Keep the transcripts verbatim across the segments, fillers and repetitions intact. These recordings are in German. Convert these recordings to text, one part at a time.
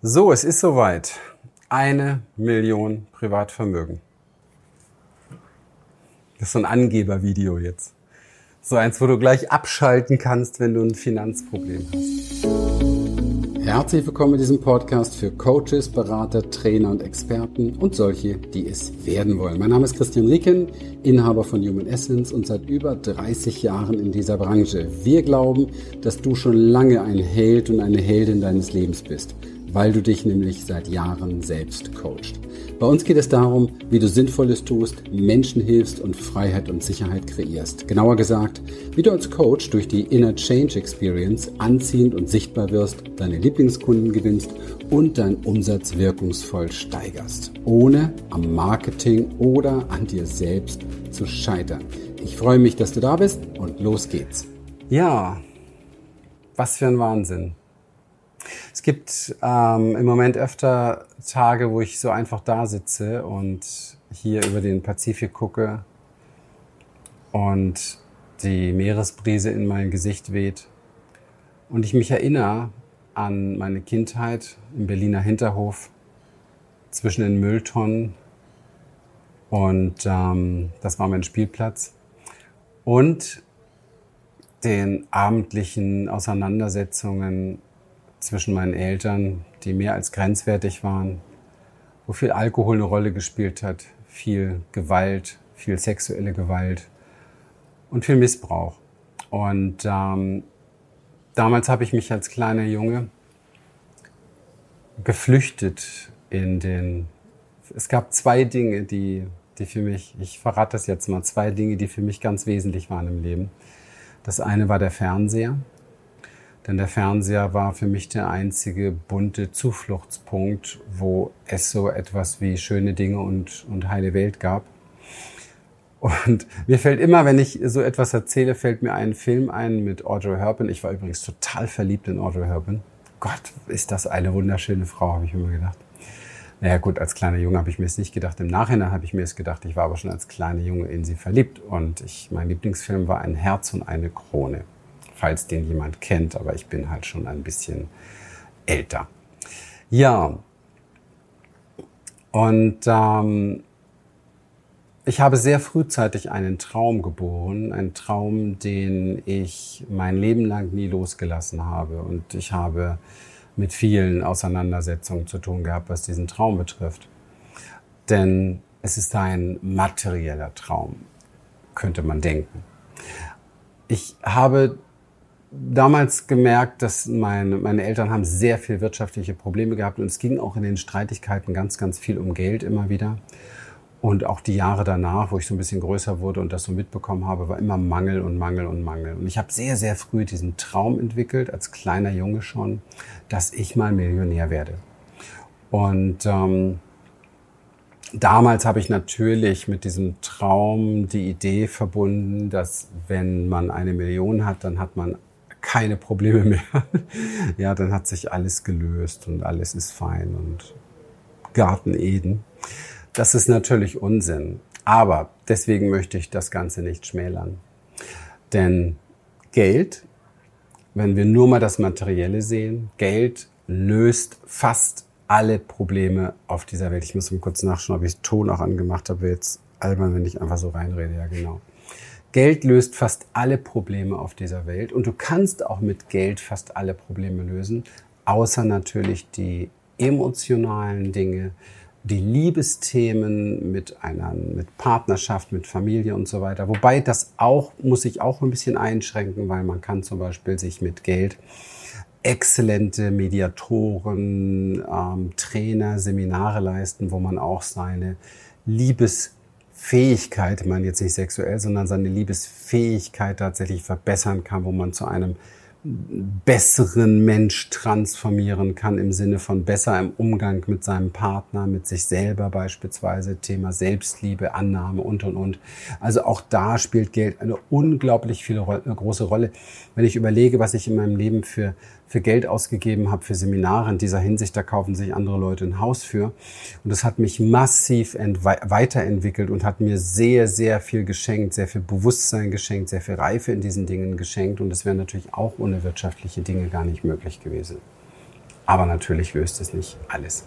So, es ist soweit. Eine Million Privatvermögen. Das ist so ein Angebervideo jetzt. So eins, wo du gleich abschalten kannst, wenn du ein Finanzproblem hast. Herzlich willkommen in diesem Podcast für Coaches, Berater, Trainer und Experten und solche, die es werden wollen. Mein Name ist Christian Rieken, Inhaber von Human Essence und seit über dreißig Jahren in dieser Branche. Wir glauben, dass du schon lange ein Held und eine Heldin deines Lebens bist, weil du dich nämlich seit Jahren selbst coachst. Bei uns geht es darum, wie du Sinnvolles tust, Menschen hilfst und Freiheit und Sicherheit kreierst. Genauer gesagt, wie du als Coach durch die Inner Change Experience anziehend und sichtbar wirst, deine Lieblingskunden gewinnst und deinen Umsatz wirkungsvoll steigerst, ohne am Marketing oder an dir selbst zu scheitern. Ich freue mich, dass du da bist und los geht's. Ja, was für ein Wahnsinn. Es gibt ähm, im Moment öfter Tage, wo ich so einfach da sitze und hier über den Pazifik gucke und die Meeresbrise in mein Gesicht weht und ich mich erinnere an meine Kindheit im Berliner Hinterhof zwischen den Mülltonnen und ähm, das war mein Spielplatz und den abendlichen Auseinandersetzungen zwischen meinen Eltern, die mehr als grenzwertig waren, wo viel Alkohol eine Rolle gespielt hat, viel Gewalt, viel sexuelle Gewalt und viel Missbrauch. Und ähm, damals habe ich mich als kleiner Junge geflüchtet in den... Es gab zwei Dinge, die, die für mich, ich verrate das jetzt mal, zwei Dinge, die für mich ganz wesentlich waren im Leben. Das eine war der Fernseher. Denn der Fernseher war für mich der einzige bunte Zufluchtspunkt, wo es so etwas wie schöne Dinge und, und heile Welt gab. Und mir fällt immer, wenn ich so etwas erzähle, fällt mir ein Film ein mit Audrey Hepburn. Ich war übrigens total verliebt in Audrey Hepburn. Gott, ist das eine wunderschöne Frau, habe ich immer gedacht. Naja gut, als kleiner Junge habe ich mir es nicht gedacht. Im Nachhinein habe ich mir es gedacht. Ich war aber schon als kleiner Junge in sie verliebt. Und ich, mein Lieblingsfilm war Ein Herz und eine Krone. Falls den jemand kennt, aber ich bin halt schon ein bisschen älter. Ja, und ähm, ich habe sehr frühzeitig einen Traum geboren, einen Traum, den ich mein Leben lang nie losgelassen habe. Und ich habe mit vielen Auseinandersetzungen zu tun gehabt, was diesen Traum betrifft. Denn es ist ein materieller Traum, könnte man denken. Ich habe damals gemerkt, dass meine, meine Eltern haben sehr viel wirtschaftliche Probleme gehabt und es ging auch in den Streitigkeiten ganz, ganz viel um Geld immer wieder. Und auch die Jahre danach, wo ich so ein bisschen größer wurde und das so mitbekommen habe, war immer Mangel und Mangel und Mangel. Und ich habe sehr, sehr früh diesen Traum entwickelt, als kleiner Junge schon, dass ich mal Millionär werde. Und ähm, damals habe ich natürlich mit diesem Traum die Idee verbunden, dass wenn man eine Million hat, dann hat man keine Probleme mehr. Ja, dann hat sich alles gelöst und alles ist fein und Garten Eden. Das ist natürlich Unsinn. Aber deswegen möchte ich das Ganze nicht schmälern. Denn Geld, wenn wir nur mal das Materielle sehen, Geld löst fast alle Probleme auf dieser Welt. Ich muss mal kurz nachschauen, ob ich den Ton auch angemacht habe. Jetzt albern, wenn ich einfach so reinrede. Ja, genau. Geld löst fast alle Probleme auf dieser Welt und du kannst auch mit Geld fast alle Probleme lösen, außer natürlich die emotionalen Dinge, die Liebesthemen mit einer, mit Partnerschaft, mit Familie und so weiter. Wobei das auch, muss ich auch ein bisschen einschränken, weil man kann zum Beispiel sich mit Geld exzellente Mediatoren, ähm, Trainer, Seminare leisten, wo man auch seine Liebes Fähigkeit, ich meine jetzt nicht sexuell, sondern seine Liebesfähigkeit tatsächlich verbessern kann, wo man zu einem besseren Mensch transformieren kann, im Sinne von besser im Umgang mit seinem Partner, mit sich selber beispielsweise, Thema Selbstliebe, Annahme und, und, und. Also auch da spielt Geld eine unglaublich viele, eine große Rolle. Wenn ich überlege, was ich in meinem Leben für, für Geld ausgegeben habe, für Seminare in dieser Hinsicht, da kaufen sich andere Leute ein Haus für. Und das hat mich massiv weiterentwickelt und hat mir sehr, sehr viel geschenkt, sehr viel Bewusstsein geschenkt, sehr viel Reife in diesen Dingen geschenkt. Und das wäre natürlich auch ohne wirtschaftliche Dinge gar nicht möglich gewesen. Aber natürlich löst es nicht alles.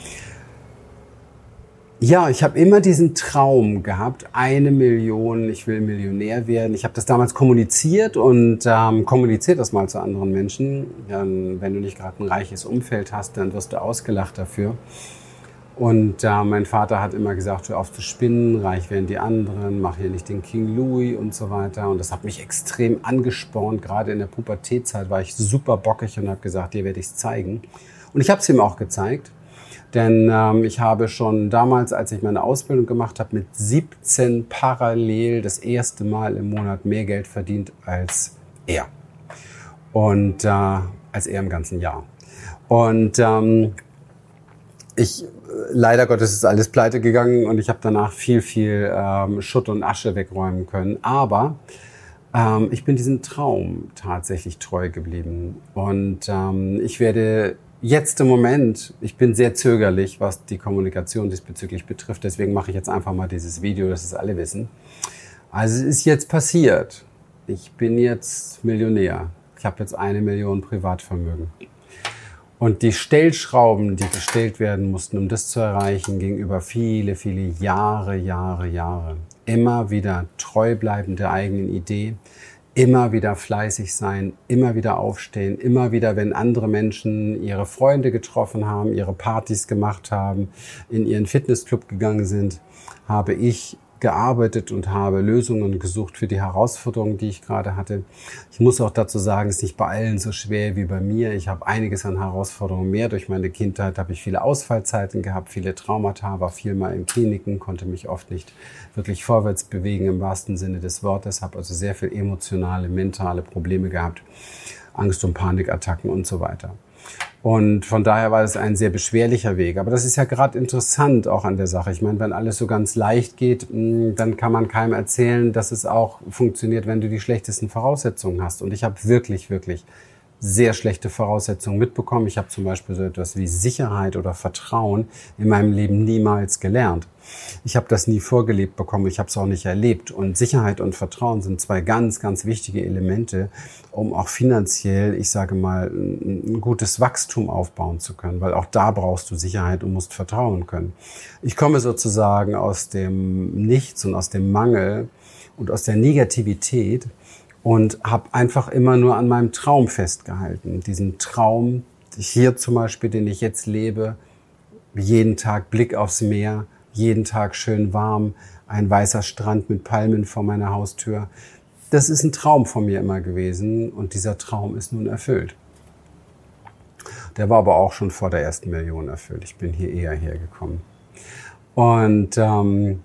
Ja, ich habe immer diesen Traum gehabt, eine Million, ich will Millionär werden. Ich habe das damals kommuniziert und ähm, kommuniziert das mal zu anderen Menschen. Ähm, wenn du nicht gerade ein reiches Umfeld hast, dann wirst du ausgelacht dafür. Und äh, mein Vater hat immer gesagt, hör auf zu spinnen, reich werden die anderen, mach hier nicht den King Louis und so weiter. Und das hat mich extrem angespornt. Gerade in der Pubertätzeit war ich super bockig und habe gesagt, dir werde ich es zeigen. Und ich habe es ihm auch gezeigt. Denn ähm, ich habe schon damals, als ich meine Ausbildung gemacht habe, mit siebzehn parallel das erste Mal im Monat mehr Geld verdient als er. Und äh, als er im ganzen Jahr. Und ähm, ich, leider Gottes ist alles pleite gegangen und ich habe danach viel, viel ähm, Schutt und Asche wegräumen können. Aber ähm, ich bin diesem Traum tatsächlich treu geblieben. Und ähm, ich werde jetzt im Moment, ich bin sehr zögerlich, was die Kommunikation diesbezüglich betrifft. Deswegen mache ich jetzt einfach mal dieses Video, dass es alle wissen. Also es ist jetzt passiert. Ich bin jetzt Millionär. Ich habe jetzt eine Million Privatvermögen. Und die Stellschrauben, die gestellt werden mussten, um das zu erreichen, ging über viele, viele Jahre, Jahre, Jahre. Immer wieder treu bleiben der eigenen Idee. Immer wieder fleißig sein, immer wieder aufstehen, immer wieder, wenn andere Menschen ihre Freunde getroffen haben, ihre Partys gemacht haben, in ihren Fitnessclub gegangen sind, habe ich gearbeitet und habe Lösungen gesucht für die Herausforderungen, die ich gerade hatte. Ich muss auch dazu sagen, es ist nicht bei allen so schwer wie bei mir. Ich habe einiges an Herausforderungen mehr. Durch meine Kindheit habe ich viele Ausfallzeiten gehabt, viele Traumata, war viel mal in Kliniken, konnte mich oft nicht wirklich vorwärts bewegen im wahrsten Sinne des Wortes, habe also sehr viel emotionale, mentale Probleme gehabt, Angst- und Panikattacken und so weiter. Und von daher war das ein sehr beschwerlicher Weg. Aber das ist ja gerade interessant auch an der Sache. Ich meine, wenn alles so ganz leicht geht, dann kann man keinem erzählen, dass es auch funktioniert, wenn du die schlechtesten Voraussetzungen hast. Und ich habe wirklich, wirklich sehr schlechte Voraussetzungen mitbekommen. Ich habe zum Beispiel so etwas wie Sicherheit oder Vertrauen in meinem Leben niemals gelernt. Ich habe das nie vorgelebt bekommen, ich habe es auch nicht erlebt. Und Sicherheit und Vertrauen sind zwei ganz, ganz wichtige Elemente, um auch finanziell, ich sage mal, ein gutes Wachstum aufbauen zu können. Weil auch da brauchst du Sicherheit und musst vertrauen können. Ich komme sozusagen aus dem Nichts und aus dem Mangel und aus der Negativität und habe einfach immer nur an meinem Traum festgehalten. Diesen Traum, hier zum Beispiel, den ich jetzt lebe, jeden Tag Blick aufs Meer, jeden Tag schön warm, ein weißer Strand mit Palmen vor meiner Haustür. Das ist ein Traum von mir immer gewesen und dieser Traum ist nun erfüllt. Der war aber auch schon vor der ersten Million erfüllt. Ich bin hier eher hergekommen. Und ähm,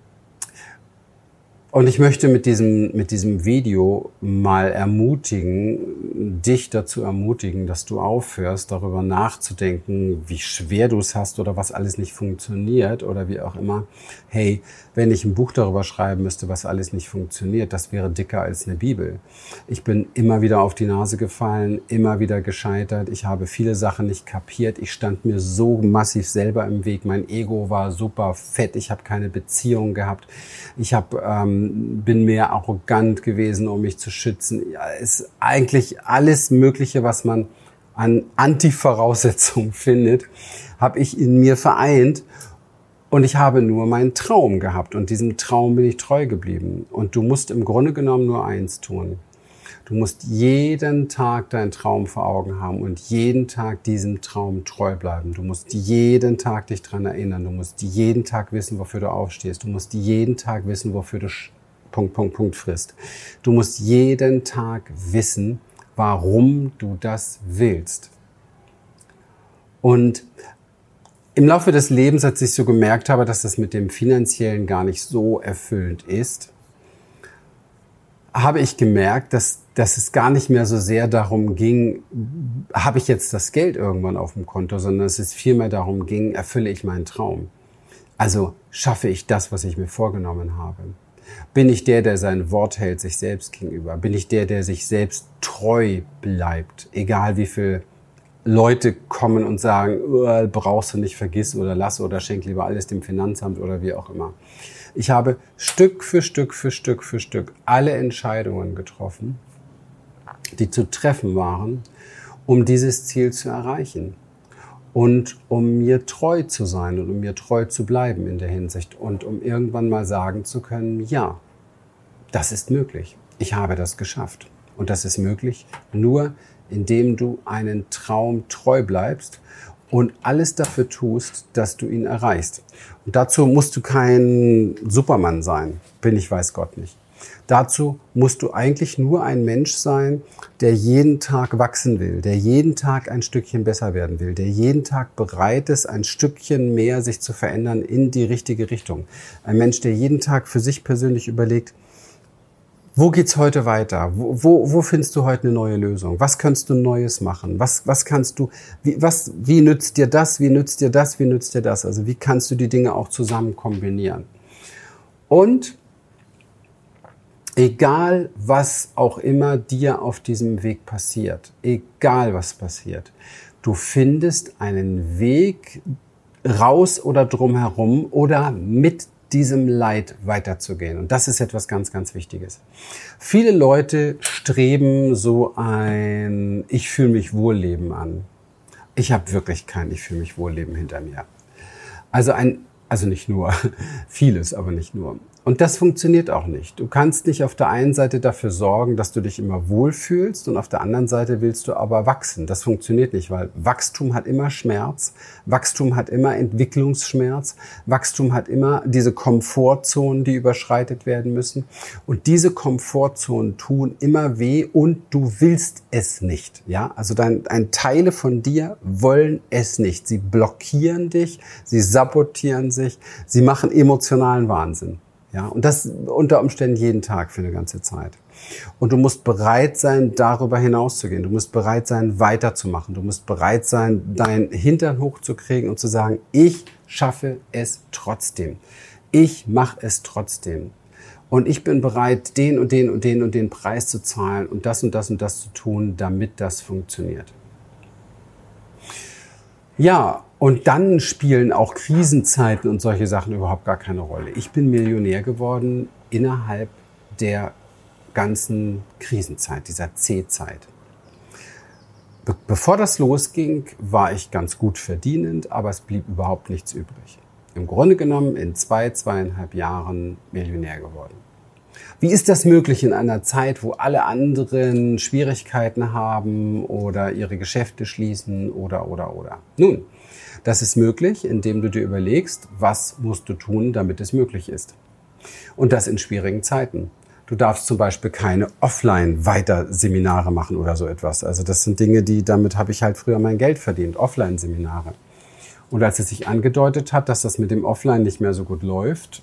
Und ich möchte mit diesem, mit diesem Video mal ermutigen, dich dazu ermutigen, dass du aufhörst, darüber nachzudenken, wie schwer du es hast oder was alles nicht funktioniert oder wie auch immer. Hey, wenn ich ein Buch darüber schreiben müsste, was alles nicht funktioniert, das wäre dicker als eine Bibel. Ich bin immer wieder auf die Nase gefallen, immer wieder gescheitert. Ich habe viele Sachen nicht kapiert. Ich stand mir so massiv selber im Weg. Mein Ego war super fett. Ich habe keine Beziehung gehabt. Ich habe ähm, bin mehr arrogant gewesen, um mich zu schützen. Ja, ist eigentlich alles Mögliche, was man an Anti-Voraussetzungen findet, habe ich in mir vereint. Und ich habe nur meinen Traum gehabt. Und diesem Traum bin ich treu geblieben. Und du musst im Grunde genommen nur eins tun. Du musst jeden Tag deinen Traum vor Augen haben und jeden Tag diesem Traum treu bleiben. Du musst jeden Tag dich dran erinnern. Du musst jeden Tag wissen, wofür du aufstehst. Du musst jeden Tag wissen, wofür du Punkt, Punkt, Punkt frisst. Du musst jeden Tag wissen, warum du das willst. Und im Laufe des Lebens, als ich so gemerkt habe, dass das mit dem Finanziellen gar nicht so erfüllend ist, habe ich gemerkt, dass, dass es gar nicht mehr so sehr darum ging, habe ich jetzt das Geld irgendwann auf dem Konto, sondern dass es vielmehr darum ging, erfülle ich meinen Traum. Also schaffe ich das, was ich mir vorgenommen habe. Bin ich der, der sein Wort hält, sich selbst gegenüber? Bin ich der, der sich selbst treu bleibt, egal wie viel Leute kommen und sagen, oh, brauchst du nicht, vergiss oder lass oder schenk lieber alles dem Finanzamt oder wie auch immer. Ich habe Stück für Stück für Stück für Stück alle Entscheidungen getroffen, die zu treffen waren, um dieses Ziel zu erreichen. und um mir treu zu sein und um mir treu zu bleiben in der Hinsicht und um irgendwann mal sagen zu können, ja, das ist möglich. Ich habe das geschafft. Und das ist möglich nur, indem du einen Traum treu bleibst und alles dafür tust, dass du ihn erreichst. Und dazu musst du kein Superman sein, bin ich weiß Gott nicht. Dazu musst du eigentlich nur ein Mensch sein, der jeden Tag wachsen will, der jeden Tag ein Stückchen besser werden will, der jeden Tag bereit ist, ein Stückchen mehr sich zu verändern in die richtige Richtung. Ein Mensch, der jeden Tag für sich persönlich überlegt, wo geht's heute weiter? Wo, wo, wo findest du heute eine neue Lösung? Was kannst du Neues machen? Was, was kannst du, wie, was, wie nützt dir das? Wie nützt dir das? Wie nützt dir das? Also wie kannst du die Dinge auch zusammen kombinieren? Und egal, was auch immer dir auf diesem Weg passiert, egal was passiert, du findest einen Weg raus oder drumherum oder mit diesem Leid weiterzugehen. Und das ist etwas ganz, ganz Wichtiges. Viele Leute streben so ein Ich fühle mich wohl Leben an. Ich habe wirklich kein Ich fühle mich wohl Leben hinter mir. Also ein, also nicht nur, vieles, aber nicht nur. Und das funktioniert auch nicht. Du kannst nicht auf der einen Seite dafür sorgen, dass du dich immer wohlfühlst und auf der anderen Seite willst du aber wachsen. Das funktioniert nicht, weil Wachstum hat immer Schmerz, Wachstum hat immer Entwicklungsschmerz, Wachstum hat immer diese Komfortzonen, die überschreitet werden müssen. Und diese Komfortzonen tun immer weh und du willst es nicht. Ja, also dein, ein Teile von dir wollen es nicht. Sie blockieren dich, sie sabotieren sich, sie machen emotionalen Wahnsinn. Ja, und das unter Umständen jeden Tag für eine ganze Zeit. Und du musst bereit sein, darüber hinauszugehen. Du musst bereit sein, weiterzumachen. Du musst bereit sein, dein Hintern hochzukriegen und zu sagen, ich schaffe es trotzdem. Ich mache es trotzdem. Und ich bin bereit, den und den und den und den Preis zu zahlen und das und das und das zu tun, damit das funktioniert. Ja, und dann spielen auch Krisenzeiten und solche Sachen überhaupt gar keine Rolle. Ich bin Millionär geworden innerhalb der ganzen Krisenzeit, dieser C-Zeit. Be- bevor das losging, war ich ganz gut verdienend, aber es blieb überhaupt nichts übrig. Im Grunde genommen in zwei, zweieinhalb Jahren Millionär geworden. Wie ist das möglich in einer Zeit, wo alle anderen Schwierigkeiten haben oder ihre Geschäfte schließen oder, oder, oder? Nun, das ist möglich, indem du dir überlegst, was musst du tun, damit es möglich ist. Und das in schwierigen Zeiten. Du darfst zum Beispiel keine Offline-Weiter-Seminare machen oder so etwas. Also das sind Dinge, die, damit habe ich halt früher mein Geld verdient, Offline-Seminare. Und als es sich angedeutet hat, dass das mit dem Offline nicht mehr so gut läuft,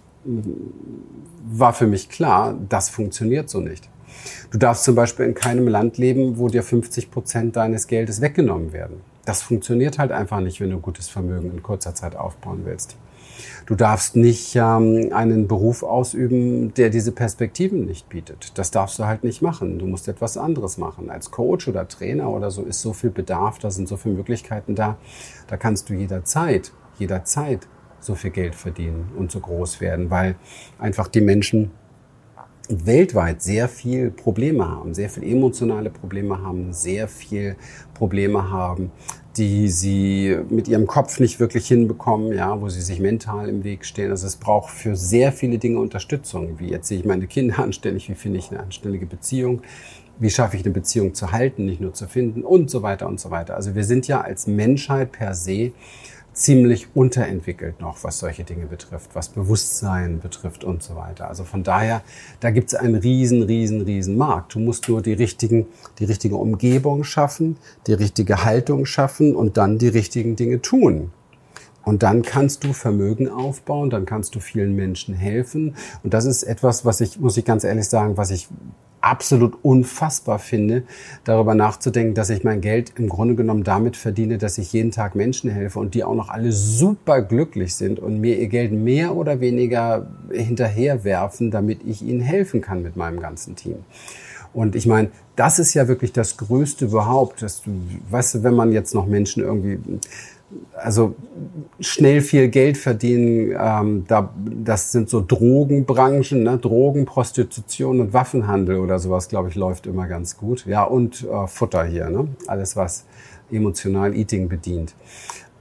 war für mich klar, das funktioniert so nicht. Du darfst zum Beispiel in keinem Land leben, wo dir fünfzig Prozent deines Geldes weggenommen werden. Das funktioniert halt einfach nicht, wenn du gutes Vermögen in kurzer Zeit aufbauen willst. Du darfst nicht ähm, einen Beruf ausüben, der diese Perspektiven nicht bietet. Das darfst du halt nicht machen. Du musst etwas anderes machen. Als Coach oder Trainer oder so ist so viel Bedarf, da sind so viele Möglichkeiten da. Da kannst du jederzeit, jederzeit so viel Geld verdienen und so groß werden, weil einfach die Menschen weltweit sehr viel Probleme haben, sehr viel emotionale Probleme haben, sehr viel Probleme haben, die sie mit ihrem Kopf nicht wirklich hinbekommen, ja, wo sie sich mental im Weg stehen. Also es braucht für sehr viele Dinge Unterstützung. Wie erziehe ich meine Kinder anständig? Wie finde ich eine anständige Beziehung? Wie schaffe ich eine Beziehung zu halten, nicht nur zu finden und so weiter und so weiter. Also wir sind ja als Menschheit per se ziemlich unterentwickelt noch, was solche Dinge betrifft, was Bewusstsein betrifft und so weiter. Also von daher, da gibt es einen riesen, riesen, riesen Markt. Du musst nur die richtigen, die richtige Umgebung schaffen, die richtige Haltung schaffen und dann die richtigen Dinge tun. Und dann kannst du Vermögen aufbauen, dann kannst du vielen Menschen helfen. Und das ist etwas, was ich, muss ich ganz ehrlich sagen, was ich absolut unfassbar finde, darüber nachzudenken, dass ich mein Geld im Grunde genommen damit verdiene, dass ich jeden Tag Menschen helfe und die auch noch alle super glücklich sind und mir ihr Geld mehr oder weniger hinterherwerfen, damit ich ihnen helfen kann mit meinem ganzen Team. Und ich meine, das ist ja wirklich das Größte überhaupt. Dass du, weißt du, wenn man jetzt noch Menschen irgendwie, also schnell viel Geld verdienen, ähm, da, das sind so Drogenbranchen, ne? Drogen, Prostitution und Waffenhandel oder sowas, glaube ich, läuft immer ganz gut. Ja, und äh, Futter hier, ne? Alles, was emotional Eating bedient.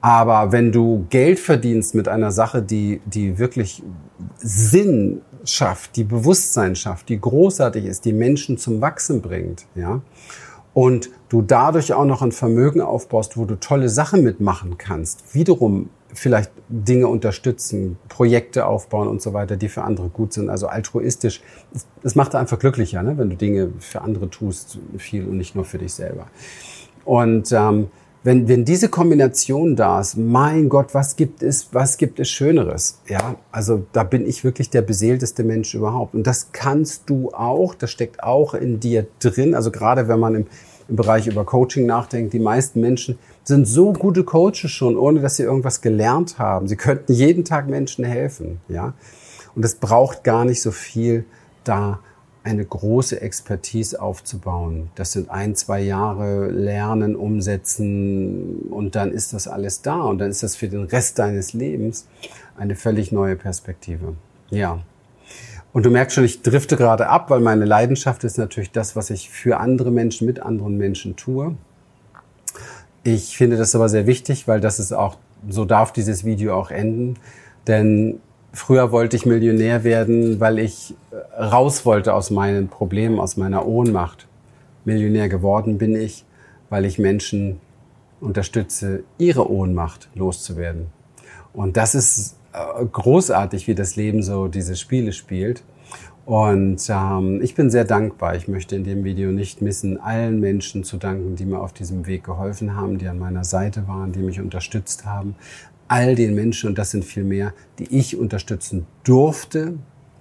Aber wenn du Geld verdienst mit einer Sache, die, die wirklich Sinn schafft, die Bewusstsein schafft, die großartig ist, die Menschen zum Wachsen bringt, ja, und du dadurch auch noch ein Vermögen aufbaust, wo du tolle Sachen mitmachen kannst, wiederum vielleicht Dinge unterstützen, Projekte aufbauen und so weiter, die für andere gut sind, also altruistisch. Das macht einfach glücklicher, ne? Wenn du Dinge für andere tust, viel und nicht nur für dich selber. Und ähm, wenn, wenn diese Kombination da ist, mein Gott, was gibt es, was gibt es Schöneres? Ja, also da bin ich wirklich der beseelteste Mensch überhaupt. Und das kannst du auch, das steckt auch in dir drin. Also gerade wenn man im, im Bereich über Coaching nachdenkt, die meisten Menschen sind so gute Coaches schon, ohne dass sie irgendwas gelernt haben. Sie könnten jeden Tag Menschen helfen, ja. Und es braucht gar nicht so viel, da eine große Expertise aufzubauen. Das sind ein, zwei Jahre Lernen, Umsetzen und dann ist das alles da. Und dann ist das für den Rest deines Lebens eine völlig neue Perspektive. Ja. Und du merkst schon, ich drifte gerade ab, weil meine Leidenschaft ist natürlich das, was ich für andere Menschen, mit anderen Menschen tue. Ich finde das aber sehr wichtig, weil das ist auch, so darf dieses Video auch enden. Denn früher wollte ich Millionär werden, weil ich raus wollte aus meinen Problemen, aus meiner Ohnmacht. Millionär geworden bin ich, weil ich Menschen unterstütze, ihre Ohnmacht loszuwerden. Und das ist großartig, wie das Leben so diese Spiele spielt. Und ähm, ich bin sehr dankbar. Ich möchte in dem Video nicht missen, allen Menschen zu danken, die mir auf diesem Weg geholfen haben, die an meiner Seite waren, die mich unterstützt haben. All den Menschen, und das sind viel mehr, die ich unterstützen durfte.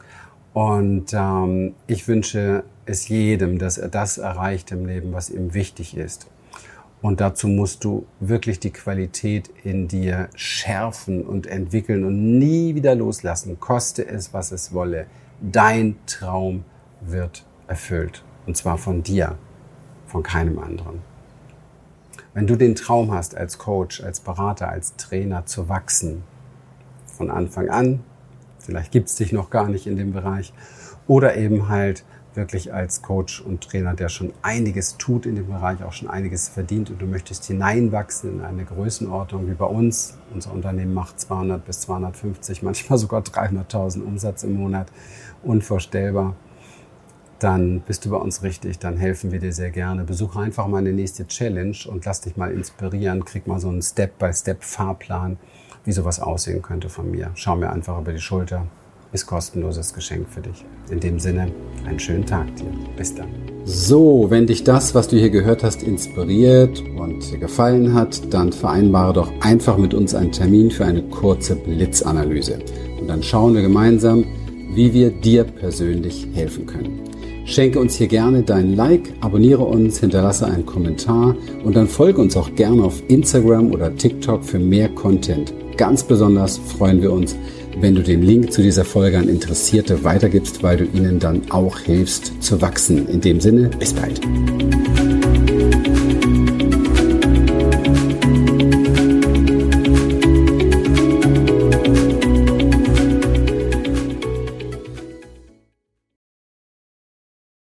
Und ähm, ich wünsche es jedem, dass er das erreicht im Leben, was ihm wichtig ist. Und dazu musst du wirklich die Qualität in dir schärfen und entwickeln und nie wieder loslassen, koste es, was es wolle. Dein Traum wird erfüllt. Und zwar von dir, von keinem anderen. Wenn du den Traum hast, als Coach, als Berater, als Trainer zu wachsen, von Anfang an, vielleicht gibt es dich noch gar nicht in dem Bereich, oder eben halt wirklich als Coach und Trainer, der schon einiges tut in dem Bereich, auch schon einiges verdient und du möchtest hineinwachsen in eine Größenordnung wie bei uns. Unser Unternehmen macht zweihundert bis zweihundertfünfzig, manchmal sogar dreihunderttausend Umsatz im Monat. Unvorstellbar. Dann bist du bei uns richtig, dann helfen wir dir sehr gerne. Besuche einfach mal eine nächste Challenge und lass dich mal inspirieren. Krieg mal so einen Step-by-Step-Fahrplan, wie sowas aussehen könnte von mir. Schau mir einfach über die Schulter. Ist kostenloses Geschenk für dich. In dem Sinne, einen schönen Tag dir. Bis dann. So, wenn dich das, was du hier gehört hast, inspiriert und dir gefallen hat, dann vereinbare doch einfach mit uns einen Termin für eine kurze Blitzanalyse. Und dann schauen wir gemeinsam, wie wir dir persönlich helfen können. Schenke uns hier gerne dein Like, abonniere uns, hinterlasse einen Kommentar und dann folge uns auch gerne auf Instagram oder TikTok für mehr Content. Ganz besonders freuen wir uns, wenn du den Link zu dieser Folge an Interessierte weitergibst, weil du ihnen dann auch hilfst zu wachsen. In dem Sinne, bis bald.